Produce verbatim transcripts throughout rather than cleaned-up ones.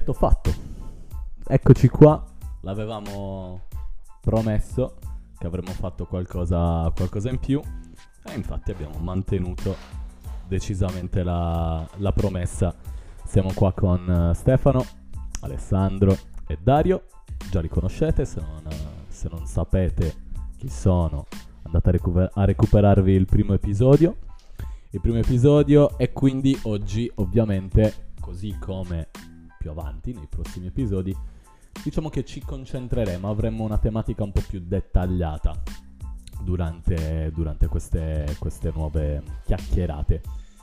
Detto fatto, eccoci qua, l'avevamo promesso che avremmo fatto qualcosa, qualcosa in più e infatti abbiamo mantenuto decisamente la, la promessa. Siamo qua con Stefano, Alessandro e Dario, già li conoscete, se non, se non sapete chi sono andate a, recuper- a recuperarvi il primo episodio. Il primo episodio e quindi oggi ovviamente, così come più avanti nei prossimi episodi, diciamo che ci concentreremo, avremo una tematica un po' più dettagliata durante, durante queste, queste nuove chiacchierate.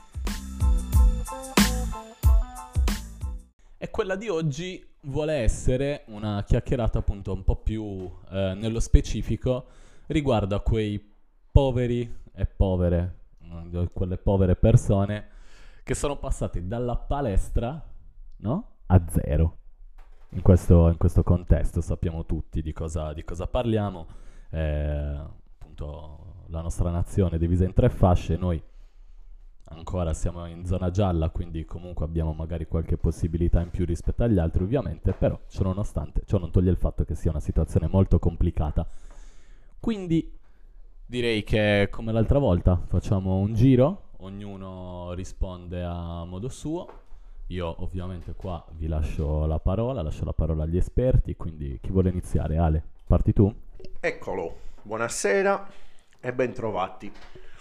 E quella di oggi vuole essere una chiacchierata appunto un po' più eh, nello specifico riguardo a quei poveri e povere, quelle povere persone che sono passate dalla palestra, no? A zero. In questo, in questo contesto sappiamo tutti di cosa, di cosa parliamo. Eh, appunto la nostra nazione è divisa in tre fasce, noi ancora siamo in zona gialla, quindi comunque abbiamo magari qualche possibilità in più rispetto agli altri ovviamente, però ciò nonostante, ciò non toglie il fatto che sia una situazione molto complicata. Quindi direi che come l'altra volta facciamo un giro, ognuno risponde a modo suo. Io ovviamente qua vi lascio la parola, lascio la parola agli esperti, quindi chi vuole iniziare? Ale, parti tu? Eccolo, buonasera e bentrovati.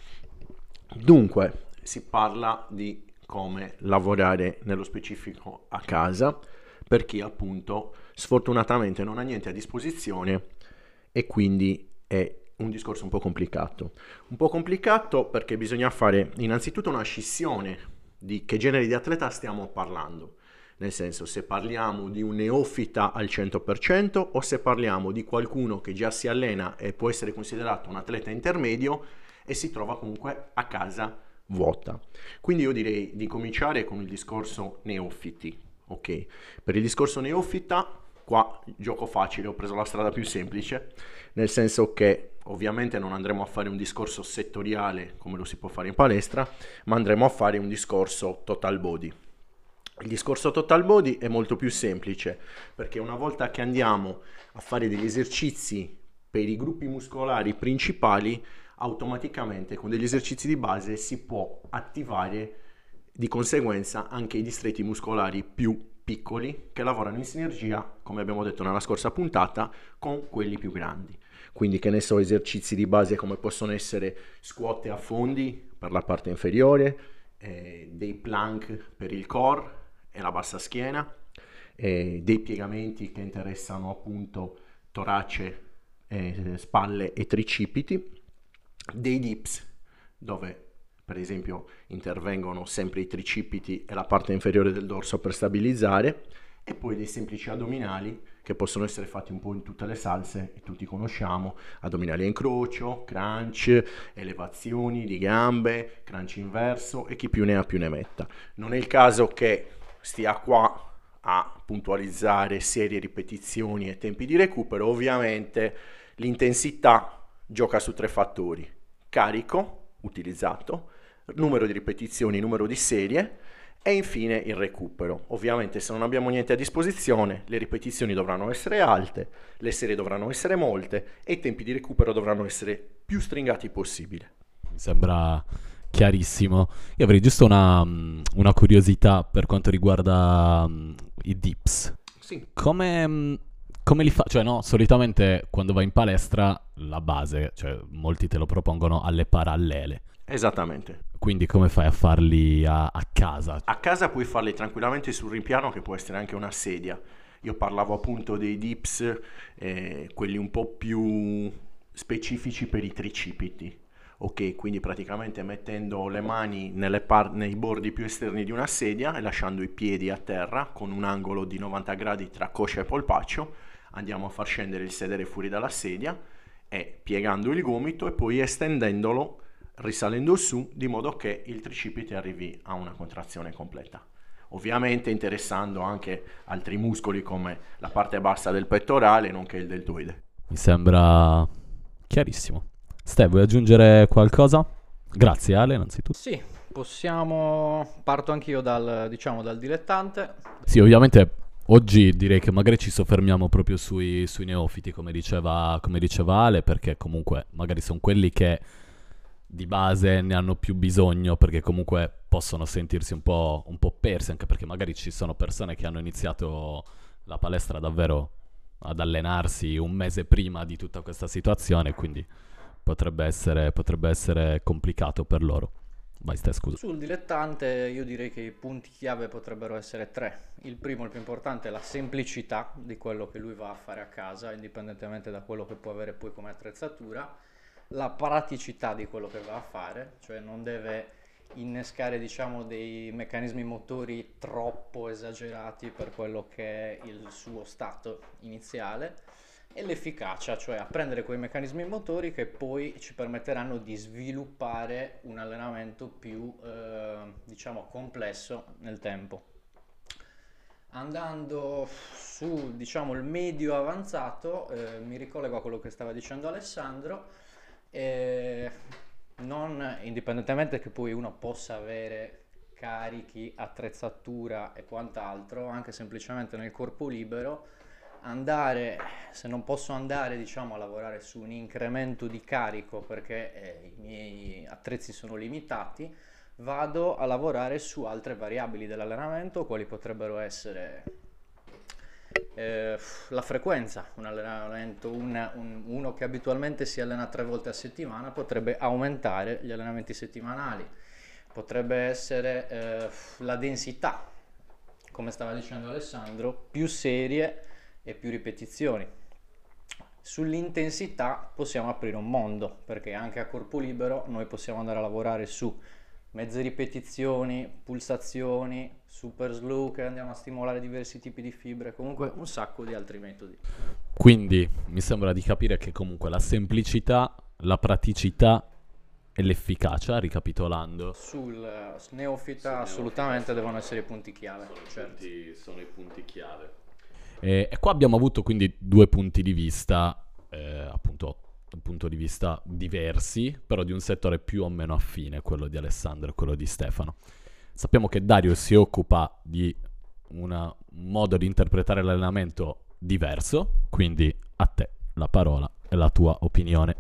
Dunque, si parla di come lavorare nello specifico a casa per chi appunto sfortunatamente non ha niente a disposizione e quindi è un discorso un po' complicato. Un po' complicato perché bisogna fare innanzitutto una scissione di che genere di atleta stiamo parlando, nel senso se parliamo di un neofita al cento per cento o se parliamo di qualcuno che già si allena e può essere considerato un atleta intermedio e si trova comunque a casa vuota. Quindi io direi di cominciare con il discorso neofiti, ok? Per il discorso neofita, qua gioco facile, ho preso la strada più semplice, nel senso che ovviamente non andremo a fare un discorso settoriale come lo si può fare in palestra, ma andremo a fare un discorso total body. Il discorso total body è molto più semplice perché una volta che andiamo a fare degli esercizi per i gruppi muscolari principali, automaticamente con degli esercizi di base si può attivare di conseguenza anche i distretti muscolari più piccoli che lavorano in sinergia, come abbiamo detto nella scorsa puntata, con quelli più grandi. Quindi che ne so, esercizi di base come possono essere squat a fondi per la parte inferiore, eh, dei plank per il core e la bassa schiena, eh, dei piegamenti che interessano appunto torace, eh, spalle e tricipiti, dei dips dove per esempio intervengono sempre i tricipiti e la parte inferiore del dorso per stabilizzare, e poi dei semplici addominali che possono essere fatti un po' in tutte le salse e tutti conosciamo: addominali a incrocio, crunch, elevazioni di gambe, crunch inverso e chi più ne ha più ne metta. Non è il caso che stia qua a puntualizzare serie, ripetizioni e tempi di recupero. Ovviamente l'intensità gioca su tre fattori: carico utilizzato, numero di ripetizioni, numero di serie e infine il recupero. Ovviamente se non abbiamo niente a disposizione, le ripetizioni dovranno essere alte, le serie dovranno essere molte e i tempi di recupero dovranno essere più stringati possibile. Mi sembra chiarissimo. Io avrei giusto una, una curiosità per quanto riguarda um, i dips. Sì. Come, come li fa? Cioè no, solitamente quando vai in palestra la base, cioè molti te lo propongono alle parallele. Esattamente. Quindi come fai a farli a, a casa? A casa puoi farli tranquillamente sul ripiano, che può essere anche una sedia. Io parlavo appunto dei dips, eh, quelli un po' più specifici per i tricipiti. Ok, quindi praticamente mettendo le mani nelle par- nei bordi più esterni di una sedia e lasciando i piedi a terra con un angolo di novanta gradi tra coscia e polpaccio, andiamo a far scendere il sedere fuori dalla sedia e piegando il gomito e poi estendendolo, risalendo su, di modo che il tricipite arrivi a una contrazione completa. Ovviamente interessando anche altri muscoli come la parte bassa del pettorale, nonché il deltoide. Mi sembra chiarissimo. Ste, vuoi aggiungere qualcosa? Grazie Ale, innanzitutto. Sì, possiamo... Parto anch'io dal, diciamo, dal dilettante. Sì, ovviamente oggi direi che magari ci soffermiamo proprio sui, sui neofiti, come diceva, come diceva Ale, perché comunque magari sono quelli che di base ne hanno più bisogno, perché comunque possono sentirsi un po', un po' persi, anche perché magari ci sono persone che hanno iniziato la palestra davvero ad allenarsi un mese prima di tutta questa situazione, quindi potrebbe essere, potrebbe essere complicato per loro. Vai, stai, scusa. Sul dilettante io direi che i punti chiave potrebbero essere tre. Il primo, il più importante, è la semplicità di quello che lui va a fare a casa, indipendentemente da quello che può avere poi come attrezzatura. La praticità di quello che va a fare, cioè non deve innescare, diciamo, dei meccanismi motori troppo esagerati per quello che è il suo stato iniziale, e l'efficacia, cioè apprendere quei meccanismi motori che poi ci permetteranno di sviluppare un allenamento più eh, diciamo complesso nel tempo. Andando su, diciamo, il medio avanzato, eh, mi ricollego a quello che stava dicendo Alessandro. eh, non indipendentemente che poi uno possa avere carichi, attrezzatura e quant'altro, anche semplicemente nel corpo libero, andare, se non posso andare, diciamo, a lavorare su un incremento di carico perché eh, i miei attrezzi sono limitati, vado a lavorare su altre variabili dell'allenamento, quali potrebbero essere eh, la frequenza. Un allenamento, un, un, uno che abitualmente si allena tre volte a settimana potrebbe aumentare gli allenamenti settimanali, potrebbe essere eh, la densità, come stava dicendo Alessandro, più serie e più ripetizioni. Sull'intensità possiamo aprire un mondo, perché anche a corpo libero noi possiamo andare a lavorare su mezze ripetizioni, pulsazioni, super slow che andiamo a stimolare diversi tipi di fibre, comunque un sacco di altri metodi. Quindi mi sembra di capire che comunque la semplicità, la praticità e l'efficacia, ricapitolando, sul uh, neofita assolutamente devono essere i punti chiave. Sono, certo. i punti, sono i punti chiave. E, e qua abbiamo avuto quindi due punti di vista, eh, appunto, un punto di vista diversi, però di un settore più o meno affine, quello di Alessandro e quello di Stefano. Sappiamo che Dario si occupa di una, un modo di interpretare l'allenamento diverso, quindi a te la parola e la tua opinione.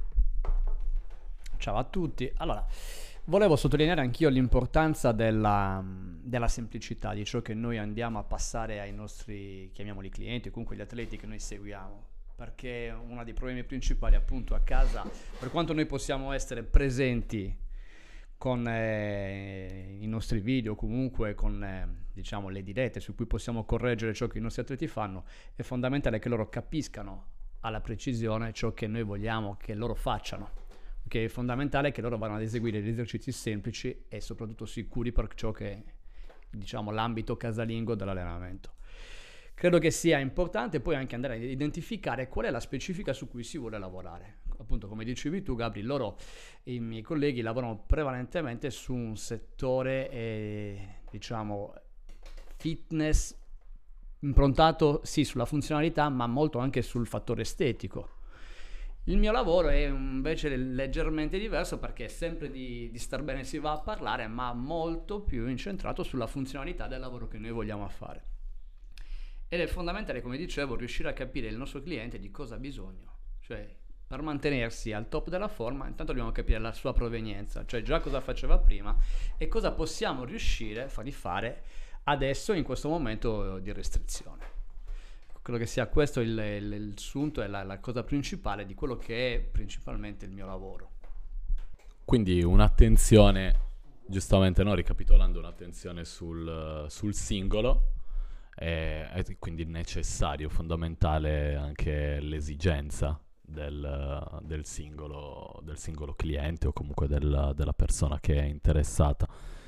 Ciao a tutti. Allora, volevo sottolineare anch'io l'importanza della, della semplicità, di ciò che noi andiamo a passare ai nostri, chiamiamoli clienti, o comunque gli atleti che noi seguiamo. Perché uno dei problemi principali appunto a casa, per quanto noi possiamo essere presenti con eh, i nostri video, comunque con eh, diciamo le dirette su cui possiamo correggere ciò che i nostri atleti fanno, è fondamentale che loro capiscano alla precisione ciò che noi vogliamo che loro facciano. Che è fondamentale che loro vadano ad eseguire degli esercizi semplici e soprattutto sicuri per ciò che è, diciamo, l'ambito casalingo dell'allenamento. Credo che sia importante poi anche andare a identificare qual è la specifica su cui si vuole lavorare. Appunto, come dicevi tu, Gabri, loro, i miei colleghi, lavorano prevalentemente su un settore, eh, diciamo, fitness, improntato sì sulla funzionalità, ma molto anche sul fattore estetico. Il mio lavoro è invece leggermente diverso, perché sempre di, di star bene si va a parlare, ma molto più incentrato sulla funzionalità del lavoro che noi vogliamo fare. Ed è fondamentale, come dicevo, riuscire a capire il nostro cliente di cosa ha bisogno. Cioè, per mantenersi al top della forma, intanto dobbiamo capire la sua provenienza, cioè già cosa faceva prima e cosa possiamo riuscire a fargli fare adesso in questo momento di restrizione. Credo che sia questo il, il, il sunto e la, la cosa principale di quello che è principalmente il mio lavoro. Quindi un'attenzione, giustamente, no, ricapitolando, un'attenzione sul, sul singolo, e, e quindi necessario, fondamentale anche l'esigenza del, del, singolo, del singolo cliente o comunque del, della persona che è interessata.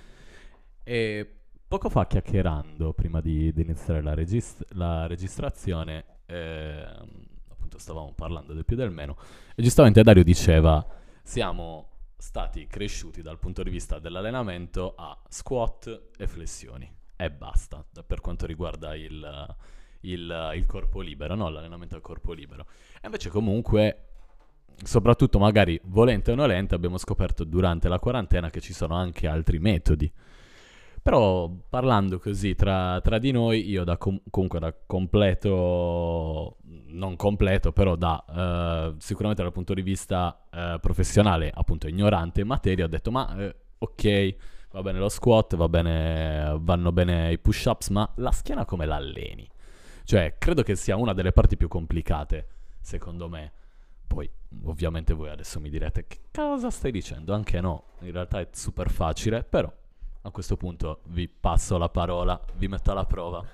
E poco fa, chiacchierando, prima di, di iniziare la, regist- la registrazione, eh, appunto stavamo parlando del più del meno, e giustamente Dario diceva: siamo stati cresciuti dal punto di vista dell'allenamento a squat e flessioni, e basta, per quanto riguarda il, il, il corpo libero, no? L'allenamento al corpo libero. E invece comunque, soprattutto magari volente o nolente, abbiamo scoperto durante la quarantena che ci sono anche altri metodi Però parlando così tra, tra di noi, io da com- comunque da completo, non completo, però da eh, sicuramente dal punto di vista eh, professionale, appunto ignorante in materia, ho detto ma eh, ok, va bene lo squat, va bene, vanno bene i push-ups, ma la schiena come la alleni? Cioè, credo che sia una delle parti più complicate, secondo me. Poi, ovviamente voi adesso mi direte che cosa stai dicendo? Anche no, in realtà è super facile, però a questo punto vi passo la parola, vi metto alla prova.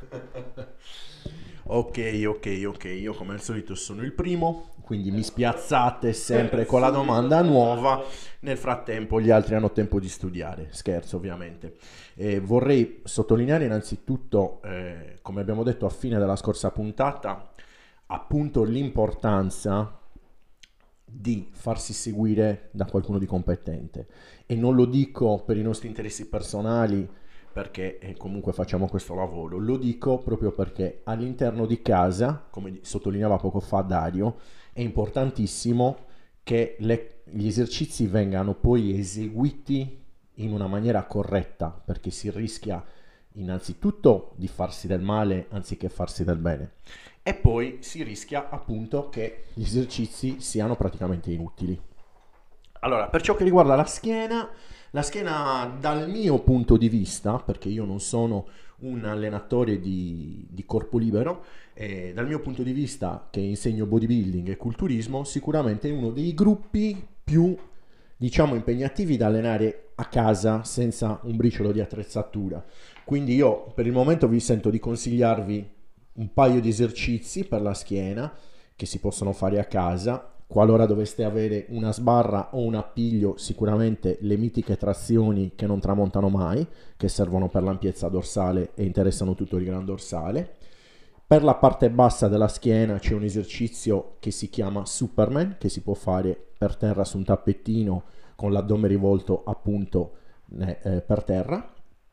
Ok, ok, ok, io come al solito sono il primo, quindi mi spiazzate sempre con la domanda nuova. Nel frattempo gli altri hanno tempo di studiare, scherzo ovviamente. Eh, vorrei sottolineare innanzitutto, eh, come abbiamo detto a fine della scorsa puntata, appunto l'importanza di farsi seguire da qualcuno di competente, e non lo dico per i nostri interessi personali perché eh, comunque facciamo questo lavoro, lo dico proprio perché all'interno di casa, come sottolineava poco fa Dario, è importantissimo che le, gli esercizi vengano poi eseguiti in una maniera corretta, perché si rischia innanzitutto di farsi del male anziché farsi del bene, e poi si rischia appunto che gli esercizi siano praticamente inutili. Allora, per ciò che riguarda la schiena, la schiena dal mio punto di vista, perché io non sono un allenatore di, di corpo libero, eh, dal mio punto di vista che insegno bodybuilding e culturismo, sicuramente è uno dei gruppi più, diciamo, impegnativi da allenare a casa senza un briciolo di attrezzatura. Quindi io per il momento vi sento di consigliarvi un paio di esercizi per la schiena che si possono fare a casa. Qualora doveste avere una sbarra o un appiglio, sicuramente le mitiche trazioni che non tramontano mai, che servono per l'ampiezza dorsale e interessano tutto il gran dorsale. Per la parte bassa della schiena c'è un esercizio che si chiama Superman, che si può fare per terra su un tappettino con l'addome rivolto appunto eh, per terra.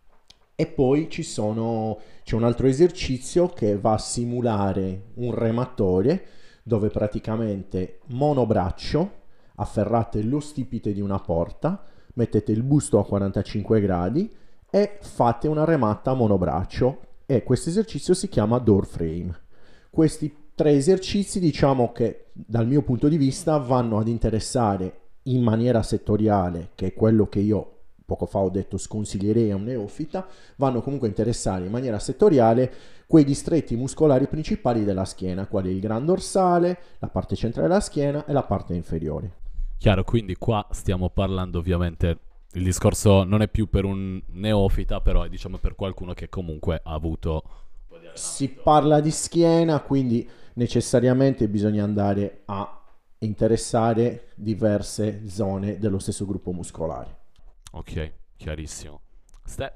E poi ci sono, c'è un altro esercizio che va a simulare un rematore, dove praticamente monobraccio afferrate lo stipite di una porta, mettete il busto a quarantacinque gradi e fate una remata a monobraccio, e questo esercizio si chiama door frame. Questi tre esercizi, diciamo che dal mio punto di vista vanno ad interessare in maniera settoriale, che è quello che io poco fa ho detto sconsiglierei a un neofita, vanno comunque a interessare in maniera settoriale quei distretti muscolari principali della schiena, quali il gran dorsale, la parte centrale della schiena e la parte inferiore. Chiaro, quindi qua stiamo parlando ovviamente, il discorso non è più per un neofita, però è diciamo per qualcuno che comunque ha avuto... Si parla di schiena, quindi necessariamente bisogna andare a interessare diverse zone dello stesso gruppo muscolare. Ok, chiarissimo. Ste?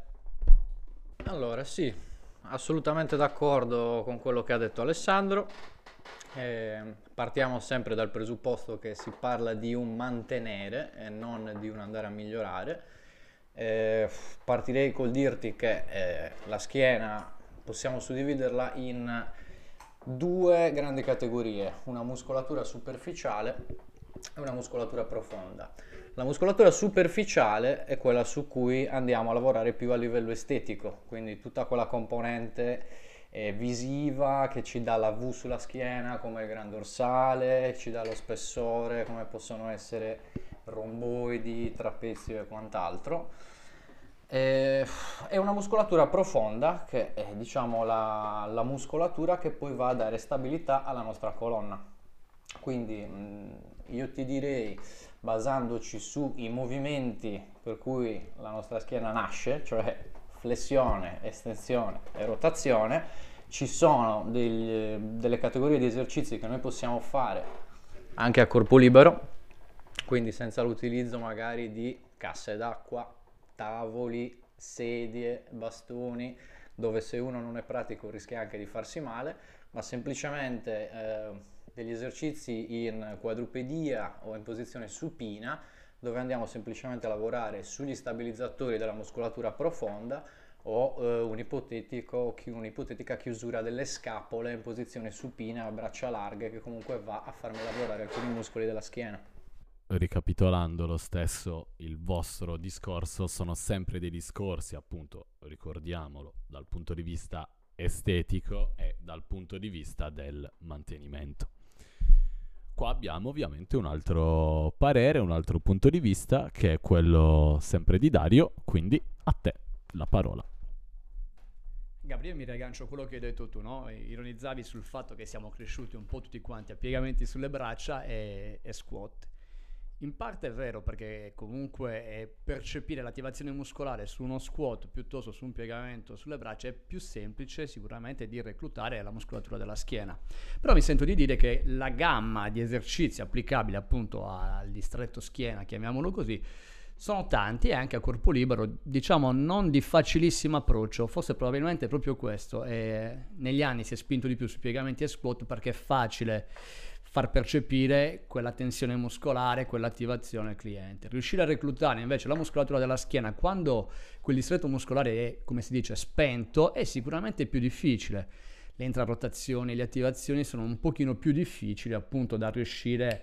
Allora, sì, assolutamente d'accordo con quello che ha detto Alessandro. Eh, partiamo sempre dal presupposto che si parla di un mantenere e non di un andare a migliorare. Eh, partirei col dirti che eh, la schiena possiamo suddividerla in due grandi categorie, una muscolatura superficiale e una muscolatura profonda. La muscolatura superficiale è quella su cui andiamo a lavorare più a livello estetico, quindi tutta quella componente eh, visiva che ci dà la V sulla schiena, come il gran dorsale, ci dà lo spessore, come possono essere romboidi, trapezi e quant'altro. Eh, è una muscolatura profonda che è, diciamo, la, la muscolatura che poi va a dare stabilità alla nostra colonna. Quindi mh, io ti direi, basandoci sui movimenti per cui la nostra schiena nasce, cioè flessione, estensione e rotazione, ci sono degli, delle categorie di esercizi che noi possiamo fare anche a corpo libero, quindi senza l'utilizzo magari di casse d'acqua, tavoli, sedie, bastoni, dove se uno non è pratico rischia anche di farsi male, ma semplicemente eh, degli esercizi in quadrupedia o in posizione supina, dove andiamo semplicemente a lavorare sugli stabilizzatori della muscolatura profonda o eh, un ipotetico, un'ipotetica chiusura delle scapole in posizione supina a braccia larghe, che comunque va a farmi lavorare alcuni muscoli della schiena. Ricapitolando lo stesso, il vostro discorso sono sempre dei discorsi, appunto, ricordiamolo, dal punto di vista estetico e dal punto di vista del mantenimento. Qua abbiamo ovviamente un altro parere, un altro punto di vista, che è quello sempre di Dario, quindi a te la parola. Gabriele, mi riaggancio a quello che hai detto tu, no? Ironizzavi sul fatto che siamo cresciuti un po' tutti quanti a piegamenti sulle braccia e, e squat. In parte è vero, perché comunque eh, percepire l'attivazione muscolare su uno squat piuttosto su un piegamento sulle braccia è più semplice sicuramente di reclutare la muscolatura della schiena. Però mi sento di dire che la gamma di esercizi applicabili appunto al distretto schiena, chiamiamolo così, sono tanti e anche a corpo libero, diciamo non di facilissimo approccio, forse probabilmente proprio questo. E negli anni si è spinto di più su piegamenti e squat perché è facile far percepire quella tensione muscolare, quell'attivazione al cliente. Riuscire a reclutare invece la muscolatura della schiena quando quel distretto muscolare è, come si dice, spento, è sicuramente più difficile. Le intrarotazioni, le attivazioni sono un pochino più difficili appunto da riuscire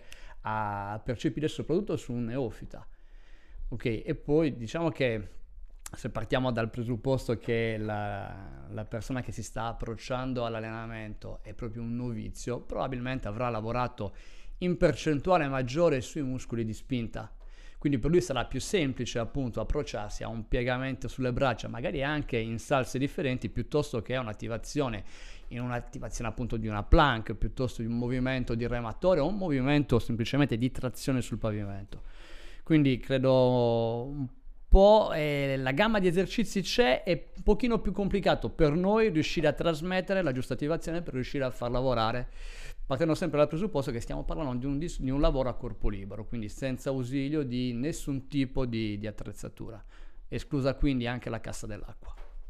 a percepire soprattutto su un neofita. Ok, e poi diciamo che se partiamo dal presupposto che la, la persona che si sta approcciando all'allenamento è proprio un novizio, probabilmente avrà lavorato in percentuale maggiore sui muscoli di spinta. Quindi per lui sarà più semplice appunto approcciarsi a un piegamento sulle braccia, magari anche in salse differenti, piuttosto che a un'attivazione, in un'attivazione appunto di una plank, piuttosto di un movimento di rematore o un movimento semplicemente di trazione sul pavimento. Quindi credo un po' eh, la gamma di esercizi c'è, è un pochino più complicato per noi riuscire a trasmettere la giusta attivazione per riuscire a far lavorare, partendo sempre dal presupposto che stiamo parlando di un, dis- di un lavoro a corpo libero, quindi senza ausilio di nessun tipo di, di attrezzatura, esclusa quindi anche la cassa dell'acqua.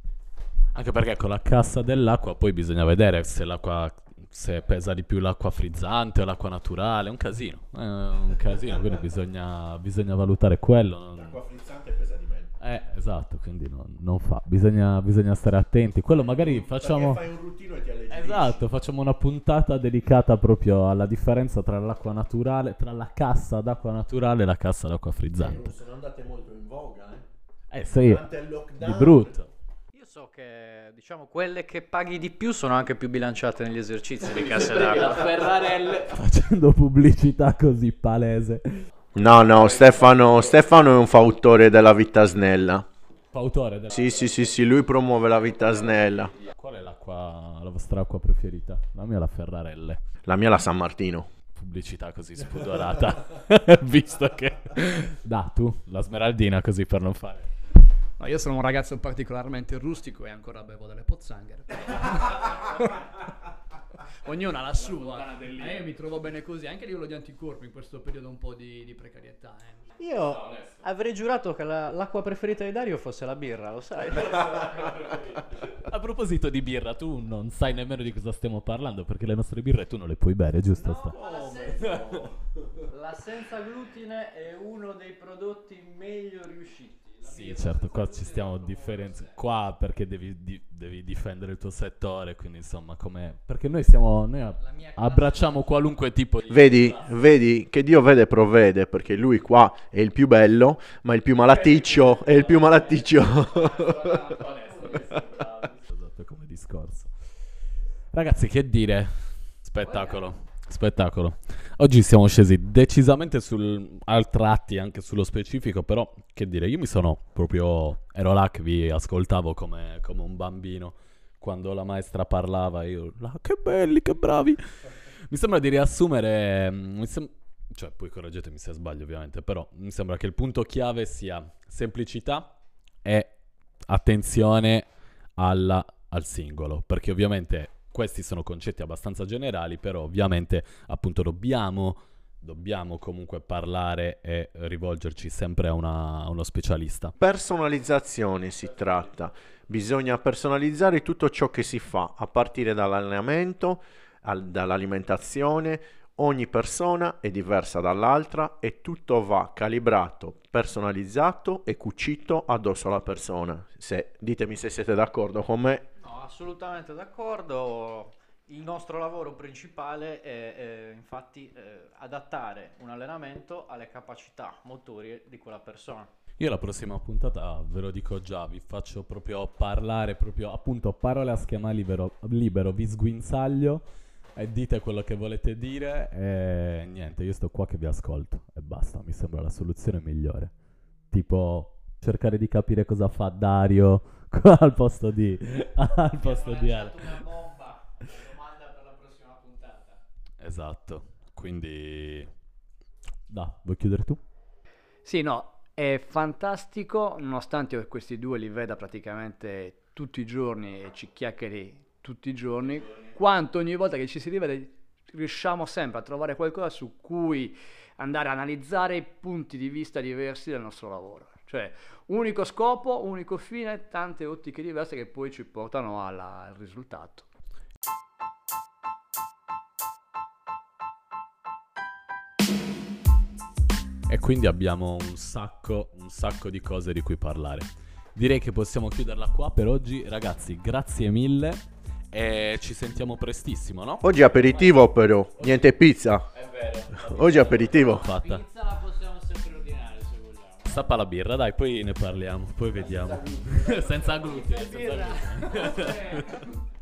Anche perché con la cassa dell'acqua poi bisogna vedere se l'acqua, se pesa di più l'acqua frizzante o l'acqua naturale, è un casino, è un casino, quindi bisogna, bisogna valutare quello. Non... L'acqua frizzante pesa di meno. Eh, esatto, quindi non, non fa, bisogna, bisogna stare attenti. Quello magari facciamo... Perché fai un routine e ti alleggerisci. Esatto, facciamo una puntata dedicata proprio alla differenza tra l'acqua naturale, tra la cassa d'acqua naturale e la cassa d'acqua frizzante. Sono andate molto in voga, eh. Eh sì, Durante il lockdown. di brutto. So che diciamo quelle che paghi di più sono anche più bilanciate negli esercizi di casse d'acqua. Ferrarelle facendo pubblicità così palese. No, no, Stefano, Stefano è un fautore della vita snella. Fautore della... Sì, sì, sì, sì, lui promuove la vita snella. Qual è l'acqua, la vostra acqua preferita? La mia è la Ferrarelle. La mia è la San Martino. Pubblicità così spudorata. Visto che... Da, tu, la Smeraldina così per non fare... No, io sono un ragazzo particolarmente rustico e ancora bevo delle pozzanghere. Ognuno ha la sua. Eh, io mi trovo bene così, anche a livello di anticorpi in questo periodo un po' di, di precarietà. Eh. Io avrei giurato che la- l'acqua preferita di Dario fosse la birra, lo sai? A proposito di birra, tu non sai nemmeno di cosa stiamo parlando perché le nostre birre tu non le puoi bere, giusto? Sta? la, senza, la senza glutine è uno dei prodotti meglio riusciti. Sì, certo, qua ci stiamo differenziando. Qua perché devi, di- devi difendere il tuo settore, quindi insomma, come... Perché noi siamo... Noi a- abbracciamo qualunque tipo di... Vedi, vedi che Dio vede e provvede, perché lui qua è il più bello, ma il più malaticcio è il più malaticcio. Esatto, come discorso. Ragazzi, che dire? Spettacolo. Spettacolo. Oggi siamo scesi decisamente sul, a tratti anche sullo specifico, però che dire, io mi sono proprio, ero là che vi ascoltavo come, come un bambino quando la maestra parlava, io là, che belli, che bravi. Mi sembra di riassumere, mi sem- cioè poi correggetemi se sbaglio ovviamente, però mi sembra che il punto chiave sia semplicità e attenzione alla, al singolo, perché ovviamente questi sono concetti abbastanza generali, però ovviamente appunto dobbiamo, dobbiamo comunque parlare e rivolgerci sempre a, una, a uno specialista. Personalizzazione si tratta, bisogna personalizzare tutto ciò che si fa, a partire dall'allenamento, al- dall'alimentazione. Ogni persona è diversa dall'altra e tutto va calibrato, personalizzato e cucito addosso alla persona. Se, ditemi se siete d'accordo con me. No, assolutamente d'accordo. Il nostro lavoro principale è, è, infatti eh, adattare un allenamento alle capacità motorie di quella persona. Io la prossima puntata, ve lo dico già, vi faccio proprio parlare, proprio appunto parole a schema libero, libero vi sguinzaglio e dite quello che volete dire e niente, io sto qua che vi ascolto e basta, mi sembra la soluzione migliore. Tipo cercare di capire cosa fa Dario qua al posto di al posto di Ale. una bomba, una domanda per la prossima puntata. Esatto, quindi da, vuoi chiudere tu? Sì, no, è fantastico, nonostante io questi due li veda praticamente tutti i giorni e ci chiacchieri tutti i giorni, quanto ogni volta che ci si rivede riusciamo sempre a trovare qualcosa su cui andare a analizzare i punti di vista diversi del nostro lavoro. Cioè, unico scopo, unico fine, tante ottiche diverse che poi ci portano alla- al risultato. E quindi abbiamo un sacco, un sacco di cose di cui parlare. Direi che possiamo chiuderla qua per oggi. Ragazzi, grazie mille e ci sentiamo prestissimo, no? Oggi aperitivo però, niente pizza. È vero. Oggi aperitivo. Fatta. Pizza la possiamo sempre ordinare se vogliamo. Stappa la birra, dai, poi ne parliamo, poi vediamo. Senza glutine, senza glutine. Birra.